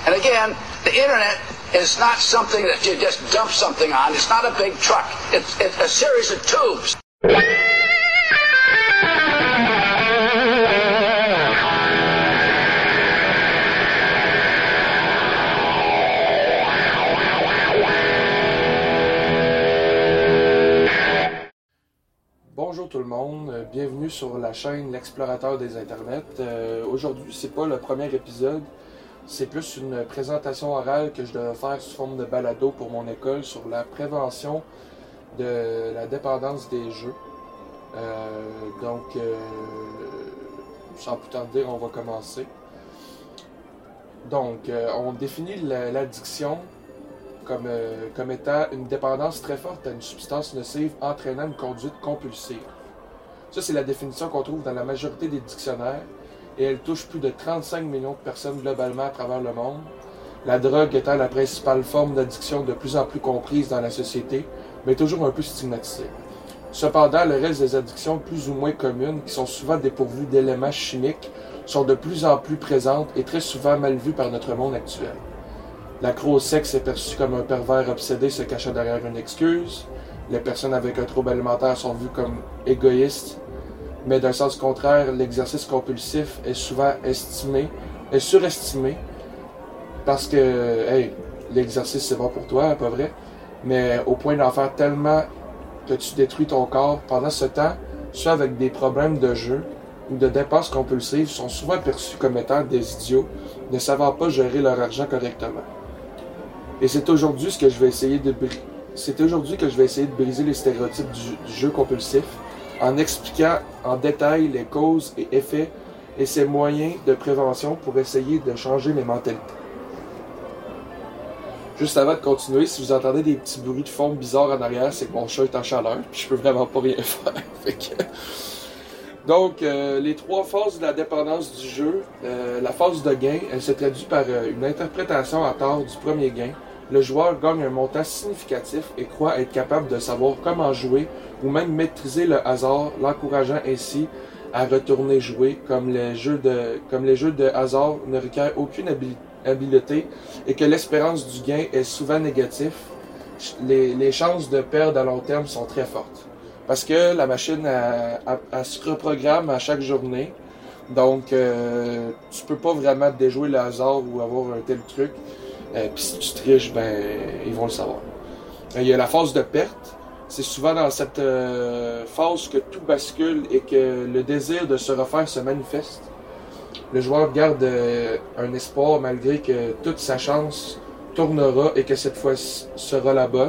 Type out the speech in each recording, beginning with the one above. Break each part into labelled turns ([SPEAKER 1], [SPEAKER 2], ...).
[SPEAKER 1] And again, the internet is not something that you just dump something on. It's not a big truck. It's a series of tubes.
[SPEAKER 2] Bonjour tout le monde, bienvenue sur la chaîne L'Explorateur des Internets. Aujourd'hui, c'est pas le premier épisode, c'est plus une présentation orale que je devais faire sous forme de balado pour mon école sur la prévention de la dépendance des jeux. Sans plus tarder, on va commencer. Donc, on définit l'addiction comme étant une dépendance très forte à une substance nocive entraînant une conduite compulsive. Ça, c'est la définition qu'on trouve dans la majorité des dictionnaires et elle touche plus de 35 millions de personnes globalement à travers le monde. La drogue étant la principale forme d'addiction de plus en plus comprise dans la société, mais toujours un peu stigmatisée. Cependant, le reste des addictions plus ou moins communes, qui sont souvent dépourvues d'éléments chimiques, sont de plus en plus présentes et très souvent mal vues par notre monde actuel. L'accro au sexe est perçu comme un pervers obsédé se cachant derrière une excuse. Les personnes avec un trouble alimentaire sont vues comme égoïstes. Mais d'un sens contraire, l'exercice compulsif est souvent surestimé. Parce que, l'exercice c'est bon pour toi, pas vrai? Mais au point d'en faire tellement que tu détruis ton corps pendant ce temps, ceux avec des problèmes de jeu ou de dépenses compulsives sont souvent perçus comme étant des idiots, ne savant pas gérer leur argent correctement. Et c'est aujourd'hui que je vais essayer de briser les stéréotypes du jeu compulsif en expliquant en détail les causes et effets et ses moyens de prévention pour essayer de changer les mentalités. Juste avant de continuer, si vous entendez des petits bruits de fond bizarres en arrière, c'est que mon chat est en chaleur puis je peux vraiment pas rien faire. Donc, les trois phases de la dépendance du jeu. La phase de gain, elle se traduit par une interprétation à tort du premier gain. Le joueur gagne un montant significatif et croit être capable de savoir comment jouer ou même maîtriser le hasard, l'encourageant ainsi à retourner jouer, comme les jeux de hasard ne requièrent aucune habileté et que l'espérance du gain est souvent négative. Les chances de perdre à long terme sont très fortes. Parce que la machine, elle se reprogramme à chaque journée. Donc, tu peux pas vraiment déjouer le hasard ou avoir un tel truc. Puis si tu triches, ils vont le savoir. Il y a la phase de perte. C'est souvent dans cette phase que tout bascule et que le désir de se refaire se manifeste. Le joueur garde un espoir malgré que toute sa chance tournera et que cette fois sera la bonne.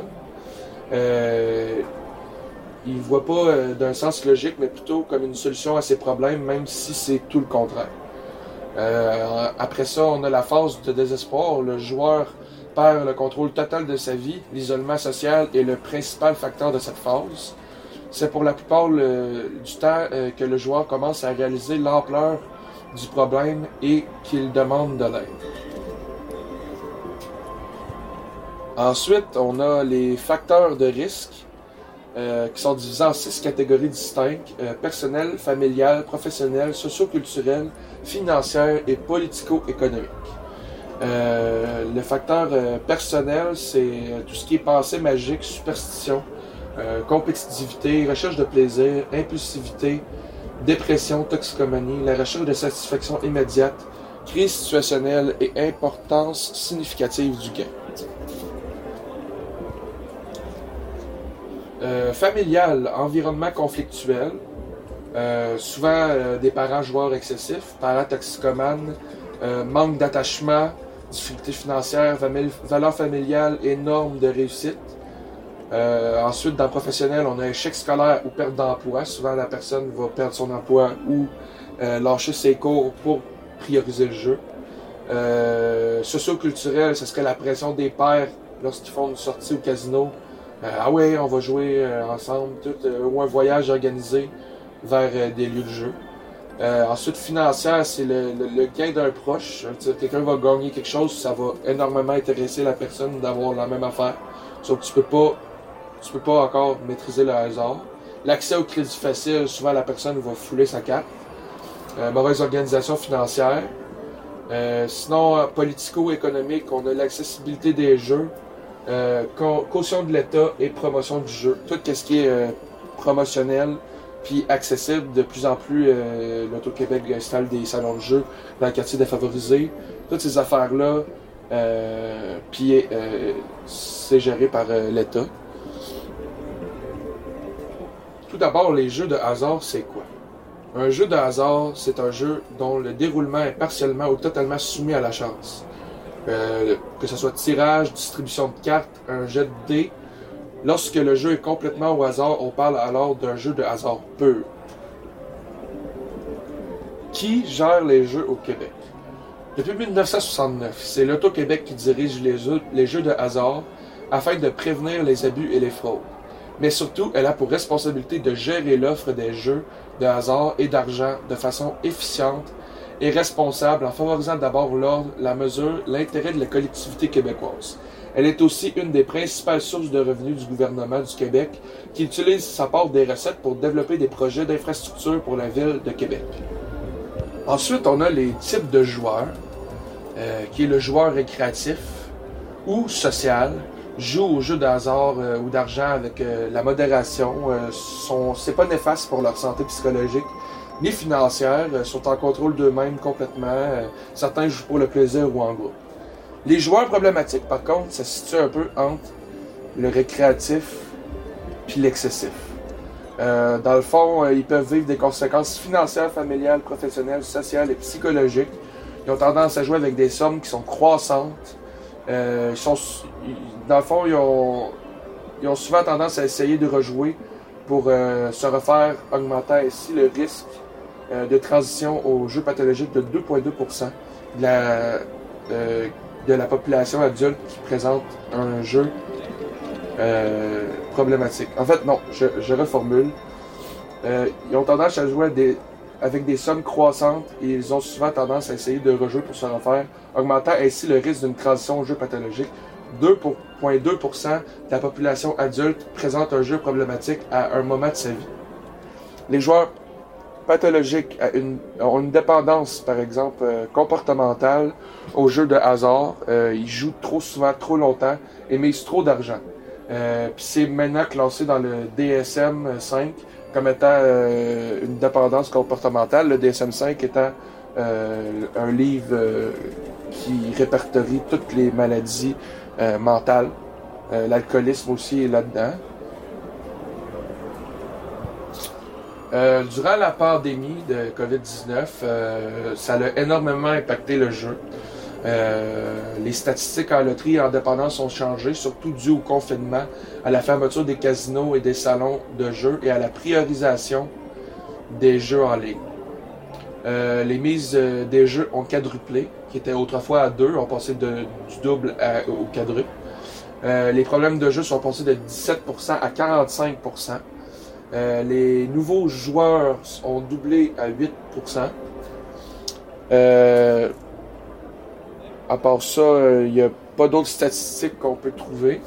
[SPEAKER 2] Il ne voit pas d'un sens logique, mais plutôt comme une solution à ses problèmes, même si c'est tout le contraire. Après ça, on a la phase de désespoir. Le joueur perd le contrôle total de sa vie. L'isolement social est le principal facteur de cette phase. C'est pour la plupart du temps que le joueur commence à réaliser l'ampleur du problème et qu'il demande de l'aide. Ensuite, on a les facteurs de risque. Qui sont divisés en 6 catégories distinctes, personnelles, familiales, professionnelles, socio-culturelles, financières et politico-économiques. Le facteur personnel, c'est tout ce qui est pensée magique, superstition, compétitivité, recherche de plaisir, impulsivité, dépression, toxicomanie, la recherche de satisfaction immédiate, crise situationnelle et importance significative du gain. Familial, environnement conflictuel, souvent des parents joueurs excessifs, parents toxicomanes, manque d'attachement, difficultés financières, valeurs familiales et normes de réussite. Ensuite, dans le professionnel, on a échec scolaire ou perte d'emploi. Souvent, la personne va perdre son emploi ou lâcher ses cours pour prioriser le jeu. Socio-culturel, ce serait la pression des pairs lorsqu'ils font une sortie au casino. On va jouer ensemble, ou un voyage organisé vers des lieux de jeu. Ensuite, financière, c'est le gain d'un proche. Quelqu'un va gagner quelque chose, ça va énormément intéresser la personne d'avoir la même affaire. Sauf que tu peux pas encore maîtriser le hasard. L'accès au crédit facile, souvent la personne va fouler sa carte. Mauvaise organisation financière. Sinon, politico-économique, on a l'accessibilité des jeux, caution de l'État et promotion du jeu. Tout ce qui est promotionnel puis accessible. De plus en plus, l'Auto-Québec installe des salons de jeux dans le quartier défavorisé. Toutes ces affaires-là, puis c'est géré par l'État. Tout d'abord, les jeux de hasard, c'est quoi? Un jeu de hasard, c'est un jeu dont le déroulement est partiellement ou totalement soumis à la chance. Que ce soit tirage, distribution de cartes, un jet de dés. Lorsque le jeu est complètement au hasard, on parle alors d'un jeu de hasard pur. Qui gère les jeux au Québec? Depuis 1969, c'est l'Auto-Québec qui dirige les jeux de hasard afin de prévenir les abus et les fraudes. Mais surtout, elle a pour responsabilité de gérer l'offre des jeux de hasard et d'argent de façon efficiente et responsable en favorisant d'abord l'ordre, la mesure, l'intérêt de la collectivité québécoise. Elle est aussi une des principales sources de revenus du gouvernement du Québec qui utilise sa part des recettes pour développer des projets d'infrastructure pour la ville de Québec. Ensuite, on a les types de joueurs, qui est le joueur récréatif ou social, joue aux jeux de hasard ou d'argent avec la modération. C'est pas néfaste pour leur santé psychologique ni financière, sont en contrôle d'eux-mêmes complètement. Certains jouent pour le plaisir ou en groupe. Les joueurs problématiques, par contre, ça se situe un peu entre le récréatif puis l'excessif. Dans le fond, ils peuvent vivre des conséquences financières, familiales, professionnelles, sociales et psychologiques. Ils ont tendance à jouer avec des sommes qui sont croissantes. Dans le fond, ils ont souvent tendance à essayer de rejouer pour se refaire, augmentant ainsi le risque de transition au jeu pathologique de 2,2% de la population adulte qui présente un jeu problématique. En fait, non, je reformule. Ils ont tendance à jouer avec des sommes croissantes et ils ont souvent tendance à essayer de rejouer pour se refaire, augmentant ainsi le risque d'une transition au jeu pathologique. 2,2% de la population adulte présente un jeu problématique à un moment de sa vie. Les joueurs pathologiques ont une dépendance, par exemple, comportementale aux jeux de hasard. Ils jouent trop souvent, trop longtemps et misent trop d'argent. Puis c'est maintenant classé dans le DSM-5 comme étant une dépendance comportementale. Le DSM-5 étant un livre qui répertorie toutes les maladies mentales. L'alcoolisme aussi est là-dedans. Durant la pandémie de COVID-19, ça a énormément impacté le jeu. Les statistiques en loterie et en dépendance ont changé, surtout dû au confinement, à la fermeture des casinos et des salons de jeux et à la priorisation des jeux en ligne. Les mises des jeux ont quadruplé, qui étaient autrefois à 2, ont passé du double au quadruple. Les problèmes de jeu sont passés de 17% à 45%. Les nouveaux joueurs ont doublé à 8%. À part ça, il n'y a pas d'autres statistiques qu'on peut trouver.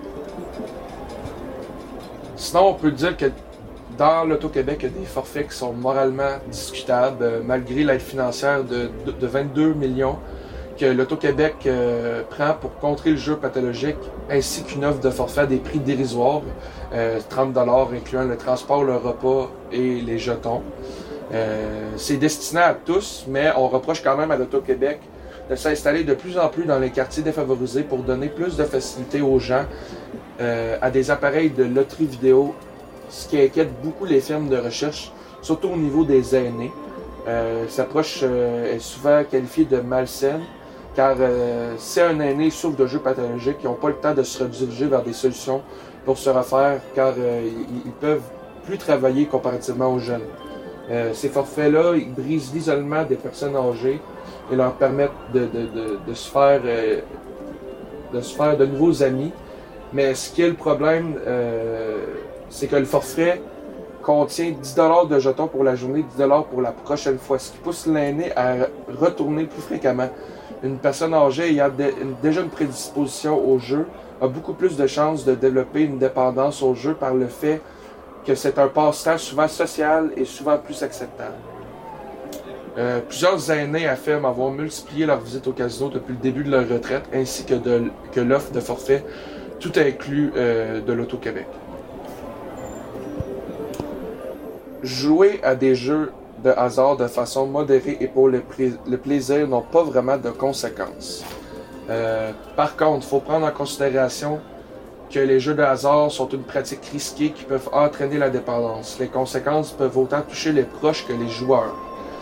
[SPEAKER 2] Sinon, on peut dire que dans l'Auto-Québec, il y a des forfaits qui sont moralement discutables, malgré l'aide financière de 22 millions que l'Auto-Québec prend pour contrer le jeu pathologique, ainsi qu'une offre de forfait à des prix dérisoires, 30$, incluant le transport, le repas et les jetons. C'est destiné à tous, mais on reproche quand même à l'Auto-Québec de s'installer de plus en plus dans les quartiers défavorisés pour donner plus de facilité aux gens à des appareils de loterie vidéo, ce qui inquiète beaucoup les firmes de recherche, surtout au niveau des aînés. Cette approche est souvent qualifiée de malsaine, car si un aîné souffre de jeux pathologiques, ils n'ont pas le temps de se rediriger vers des solutions pour se refaire, car ils peuvent plus travailler comparativement aux jeunes. Ces forfaits-là, ils brisent l'isolement des personnes âgées et leur permettent de se faire de nouveaux amis. Mais ce qui est le problème, c'est que le forfait contient 10$ de jetons pour la journée, 10$ pour la prochaine fois, ce qui pousse l'aîné à retourner plus fréquemment. Une personne âgée ayant déjà une prédisposition au jeu a beaucoup plus de chances de développer une dépendance au jeu par le fait que c'est un passe-temps souvent social et souvent plus acceptable. Plusieurs aînés affirment avoir multiplié leurs visites au casino depuis le début de leur retraite, ainsi que l'offre de forfait tout inclus de l'Auto-Québec. Jouer à des jeux de hasard de façon modérée et pour le plaisir n'ont pas vraiment de conséquences. Par contre, il faut prendre en considération que les jeux de hasard sont une pratique risquée qui peuvent entraîner la dépendance. Les conséquences peuvent autant toucher les proches que les joueurs.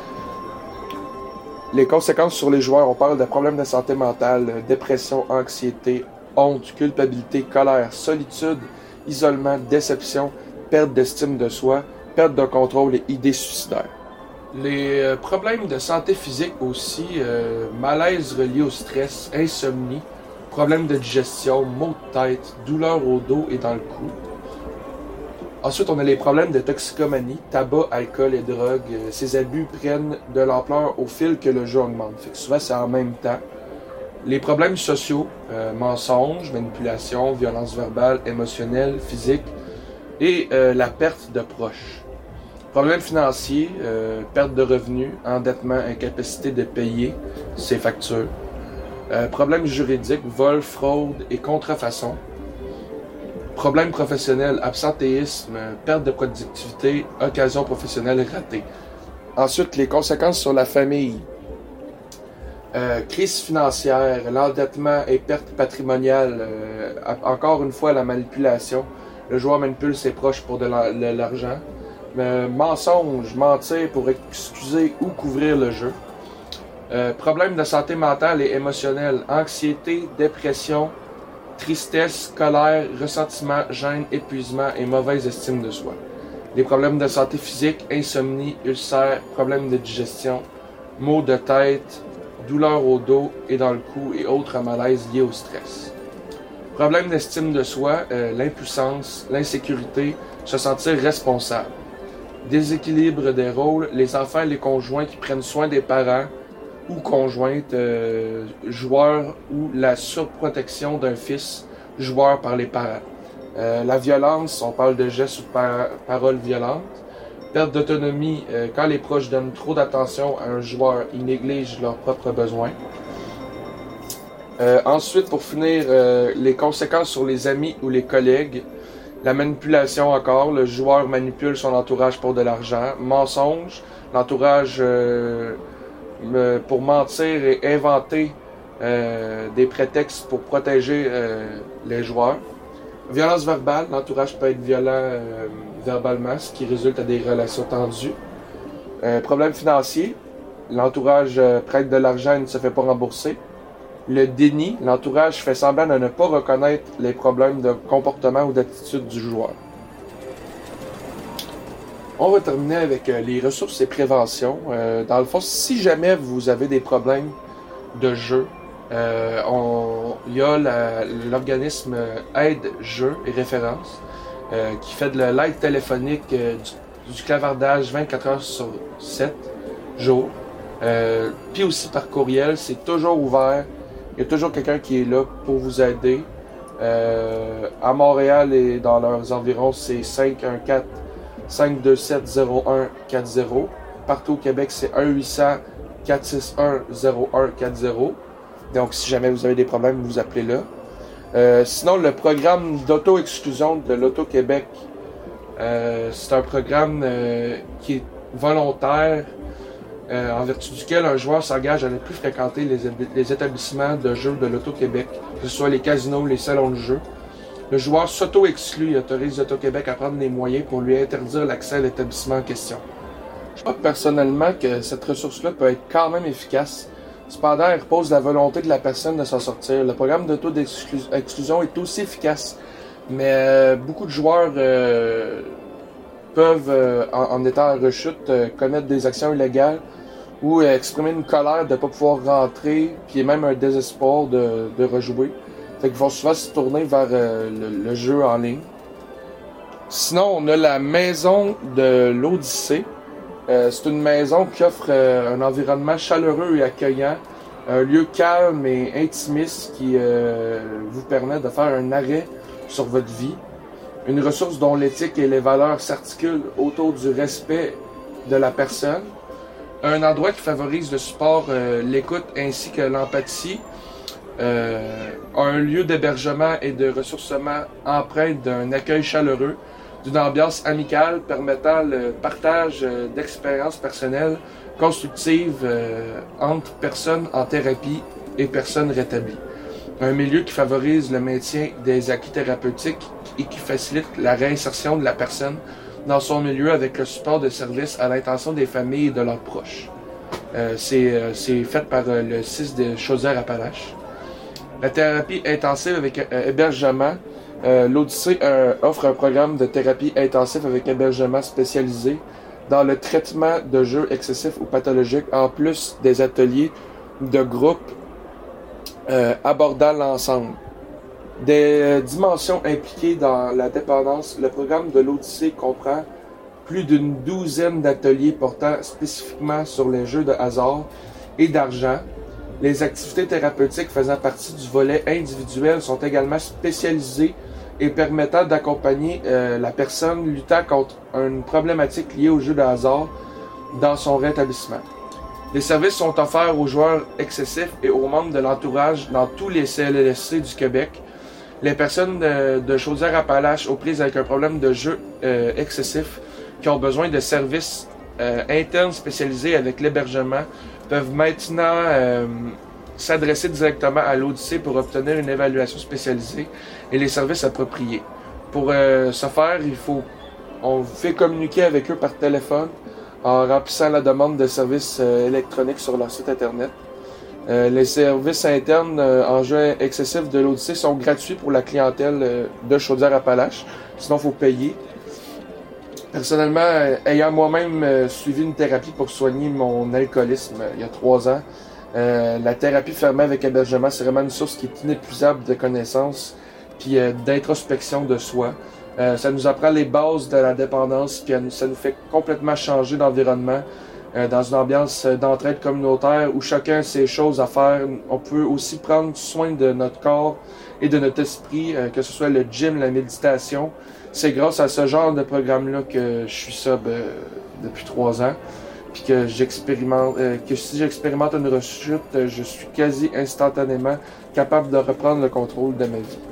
[SPEAKER 2] Les conséquences sur les joueurs, on parle de problèmes de santé mentale, dépression, anxiété, honte, culpabilité, colère, solitude, isolement, déception, perte d'estime de soi, perte de contrôle et idées suicidaires. Les problèmes de santé physique aussi, malaise relié au stress, insomnie, problèmes de digestion, maux de tête, douleurs au dos et dans le cou. Ensuite, on a les problèmes de toxicomanie, tabac, alcool et drogue. Ces abus prennent de l'ampleur au fil que le jeu augmente. Fait que souvent, c'est en même temps. Les problèmes sociaux, mensonges, manipulation, violence verbale, émotionnelle, physique et la perte de proches. Problèmes financiers, perte de revenus, endettement, incapacité de payer ses factures. Problèmes juridiques, vol, fraude et contrefaçon. Problèmes professionnels, absentéisme, perte de productivité, occasion professionnelle ratée. Ensuite, les conséquences sur la famille. Crise financière, l'endettement et perte patrimoniale. Encore une fois, la manipulation. Le joueur manipule ses proches pour de l'argent. Mensonge, mentir pour excuser ou couvrir le jeu. Problèmes de santé mentale et émotionnelle, anxiété, dépression, tristesse, colère, ressentiment, gêne, épuisement et mauvaise estime de soi. Les problèmes de santé physique, insomnie, ulcères, problèmes de digestion, maux de tête, douleurs au dos et dans le cou et autres malaises liés au stress. Problèmes d'estime de soi, l'impuissance, l'insécurité, se sentir responsable. Déséquilibre des rôles, les enfants et les conjoints qui prennent soin des parents ou conjointes joueurs ou la surprotection d'un fils joueur par les parents. La violence, on parle de gestes ou de paroles violentes. Perte d'autonomie, quand les proches donnent trop d'attention à un joueur, ils négligent leurs propres besoins. Ensuite, pour finir, les conséquences sur les amis ou les collègues. La manipulation encore, le joueur manipule son entourage pour de l'argent. Mensonge, l'entourage pour mentir et inventer des prétextes pour protéger les joueurs. Violence verbale, l'entourage peut être violent verbalement, ce qui résulte à des relations tendues. Problème financier, l'entourage prête de l'argent et ne se fait pas rembourser. Le déni, l'entourage fait semblant de ne pas reconnaître les problèmes de comportement ou d'attitude du joueur. On va terminer avec les ressources et prévention. Dans le fond, si jamais vous avez des problèmes de jeu, il y a l'organisme Aide Jeux et Références qui fait de l'aide téléphonique, du clavardage 24 heures sur 7 jours. Puis aussi par courriel, c'est toujours ouvert. Il y a toujours quelqu'un qui est là pour vous aider. À Montréal et dans leurs environs, c'est 514-527-0140. Partout au Québec, c'est 1-800-461-0140. Donc, si jamais vous avez des problèmes, vous appelez là. Sinon, le programme d'auto-exclusion de l'Auto-Québec, c'est un programme qui est volontaire, en vertu duquel un joueur s'engage à ne plus fréquenter les établissements de jeux de l'Auto-Québec, que ce soit les casinos ou les salons de jeux. Le joueur s'auto-exclut et autorise l'Auto-Québec à prendre les moyens pour lui interdire l'accès à l'établissement en question. Je crois personnellement que cette ressource-là peut être quand même efficace. Cependant, elle repose la volonté de la personne de s'en sortir. Le programme d'auto-exclusion est aussi efficace, mais beaucoup de joueurs peuvent, en étant en rechute, commettre des actions illégales ou exprimer une colère de ne pas pouvoir rentrer, puis même un désespoir de rejouer. Fait qu'ils vont souvent se tourner vers le jeu en ligne. Sinon, on a la maison de l'Odyssée. C'est une maison qui offre un environnement chaleureux et accueillant, un lieu calme et intimiste qui vous permet de faire un arrêt sur votre vie. Une ressource dont l'éthique et les valeurs s'articulent autour du respect de la personne. Un endroit qui favorise le support, l'écoute ainsi que l'empathie. Un lieu d'hébergement et de ressourcement empreint d'un accueil chaleureux, d'une ambiance amicale permettant le partage d'expériences personnelles constructives entre personnes en thérapie et personnes rétablies. Un milieu qui favorise le maintien des acquis thérapeutiques et qui facilite la réinsertion de la personne dans son milieu avec le support de services à l'intention des familles et de leurs proches. C'est fait par le CIS de Chaudière-Appalaches. La thérapie intensive avec hébergement. L'Odyssée offre un programme de thérapie intensive avec hébergement spécialisé dans le traitement de jeux excessifs ou pathologiques, en plus des ateliers de groupe abordant l'ensemble. Des dimensions impliquées dans la dépendance, le programme de l'Odyssée comprend plus d'une douzaine d'ateliers portant spécifiquement sur les jeux de hasard et d'argent. Les activités thérapeutiques faisant partie du volet individuel sont également spécialisées et permettant d'accompagner la personne luttant contre une problématique liée au jeu de hasard dans son rétablissement. Les services sont offerts aux joueurs excessifs et aux membres de l'entourage dans tous les CLSC du Québec. Les personnes de Chaudière-Appalaches aux prises avec un problème de jeu excessif qui ont besoin de services internes spécialisés avec l'hébergement peuvent maintenant s'adresser directement à l'Odyssée pour obtenir une évaluation spécialisée et les services appropriés. Pour ce faire, on fait communiquer avec eux par téléphone en remplissant la demande de services électroniques sur leur site internet. Les services internes en jeu excessif de l'Odyssée sont gratuits pour la clientèle de Chaudière-Appalaches, sinon il faut payer. Personnellement, ayant moi-même suivi une thérapie pour soigner mon alcoolisme il y a 3 ans, la thérapie fermée avec hébergement, c'est vraiment une source qui est inépuisable de connaissances puis d'introspection de soi. Ça nous apprend les bases de la dépendance, puis ça nous fait complètement changer d'environnement dans une ambiance d'entraide communautaire où chacun a ses choses à faire. On peut aussi prendre soin de notre corps et de notre esprit, que ce soit le gym, la méditation. C'est grâce à ce genre de programme-là que je suis sobre depuis 3 ans. Puis que si j'expérimente une rechute, je suis quasi instantanément capable de reprendre le contrôle de ma vie.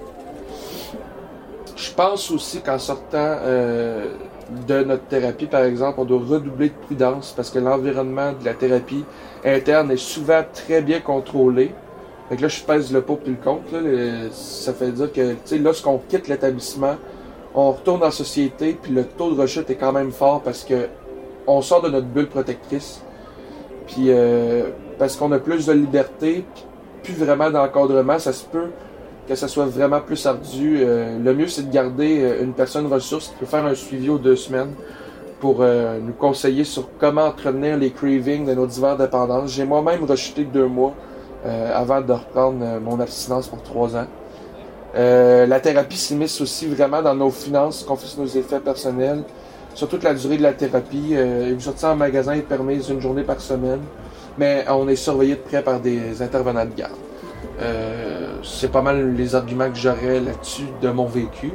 [SPEAKER 2] Je pense aussi qu'en sortant de notre thérapie, par exemple, on doit redoubler de prudence parce que l'environnement de la thérapie interne est souvent très bien contrôlé. Fait que là, je pèse le pour puis le contre. Ça fait dire que lorsqu'on quitte l'établissement, on retourne dans la société, puis le taux de rechute est quand même fort parce que on sort de notre bulle protectrice, puis parce qu'on a plus de liberté, plus vraiment d'encadrement, ça se peut que ça soit vraiment plus ardu. Le mieux, c'est de garder une personne ressource qui peut faire un suivi aux 2 semaines pour nous conseiller sur comment entretenir les cravings de nos diverses dépendances. J'ai moi-même rechuté 2 mois avant de reprendre mon abstinence pour 3 ans. La thérapie s'immisce aussi vraiment dans nos finances, confie nos effets personnels, sur toute la durée de la thérapie. Une sortie en magasin est permise 1 journée par semaine, mais on est surveillé de près par des intervenants de garde. C'est pas mal les arguments que j'aurais là-dessus de mon vécu.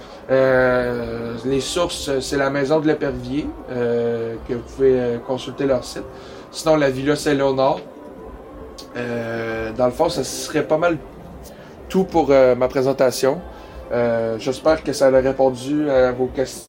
[SPEAKER 2] Les sources, c'est la maison de l'Épervier, que vous pouvez consulter leur site. Sinon, la Villa Saint-Léonard. Dans le fond, ça serait pas mal tout pour ma présentation. J'espère que ça a répondu à vos questions.